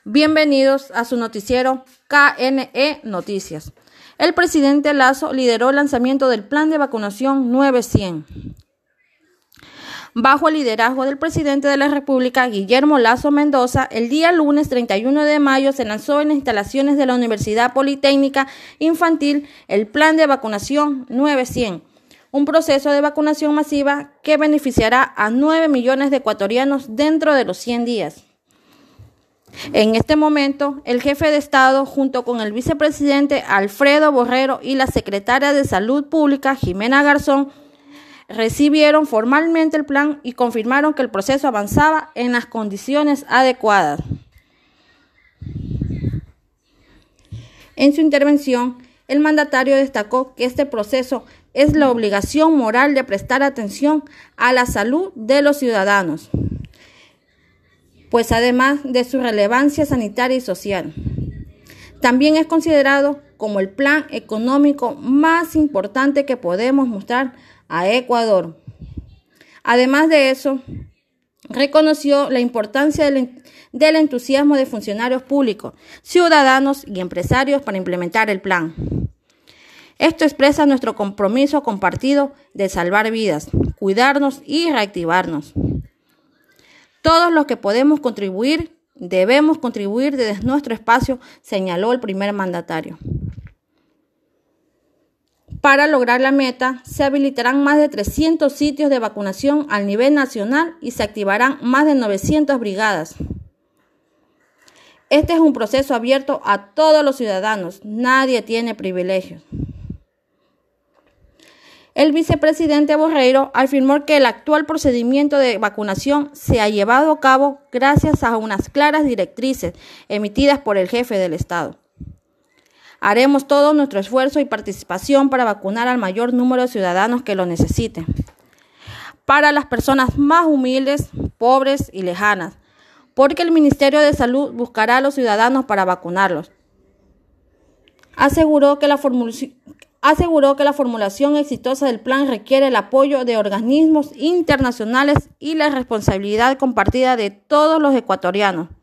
Bienvenidos a su noticiero KNE Noticias. El presidente Lasso lideró el lanzamiento del plan de vacunación 900. Bajo el liderazgo del presidente de la República, Guillermo Lasso Mendoza, el día lunes 31 de mayo se lanzó en las instalaciones de la Universidad Politécnica Infantil el plan de vacunación 900, un proceso de vacunación masiva que beneficiará a 9 millones de ecuatorianos dentro de los 100 días. En este momento, el jefe de Estado, junto con el vicepresidente Alfredo Borrero y la secretaria de Salud Pública, Jimena Garzón, recibieron formalmente el plan y confirmaron que el proceso avanzaba en las condiciones adecuadas. En su intervención, el mandatario destacó que este proceso es la obligación moral de prestar atención a la salud de los ciudadanos, pues además de su relevancia sanitaria y social, también es considerado como el plan económico más importante que podemos mostrar a Ecuador. Además de eso, reconoció la importancia del entusiasmo de funcionarios públicos, ciudadanos y empresarios para implementar el plan. Esto expresa nuestro compromiso compartido de salvar vidas, cuidarnos y reactivarnos. Todos los que podemos contribuir, debemos contribuir desde nuestro espacio, señaló el primer mandatario. Para lograr la meta, se habilitarán más de 300 sitios de vacunación a nivel nacional y se activarán más de 900 brigadas. Este es un proceso abierto a todos los ciudadanos, nadie tiene privilegios. El vicepresidente Borrero afirmó que el actual procedimiento de vacunación se ha llevado a cabo gracias a unas claras directrices emitidas por el jefe del Estado. Haremos todo nuestro esfuerzo y participación para vacunar al mayor número de ciudadanos que lo necesiten. Para las personas más humildes, pobres y lejanas, porque el Ministerio de Salud buscará a los ciudadanos para vacunarlos. Aseguró que la formulación exitosa del plan requiere el apoyo de organismos internacionales y la responsabilidad compartida de todos los ecuatorianos.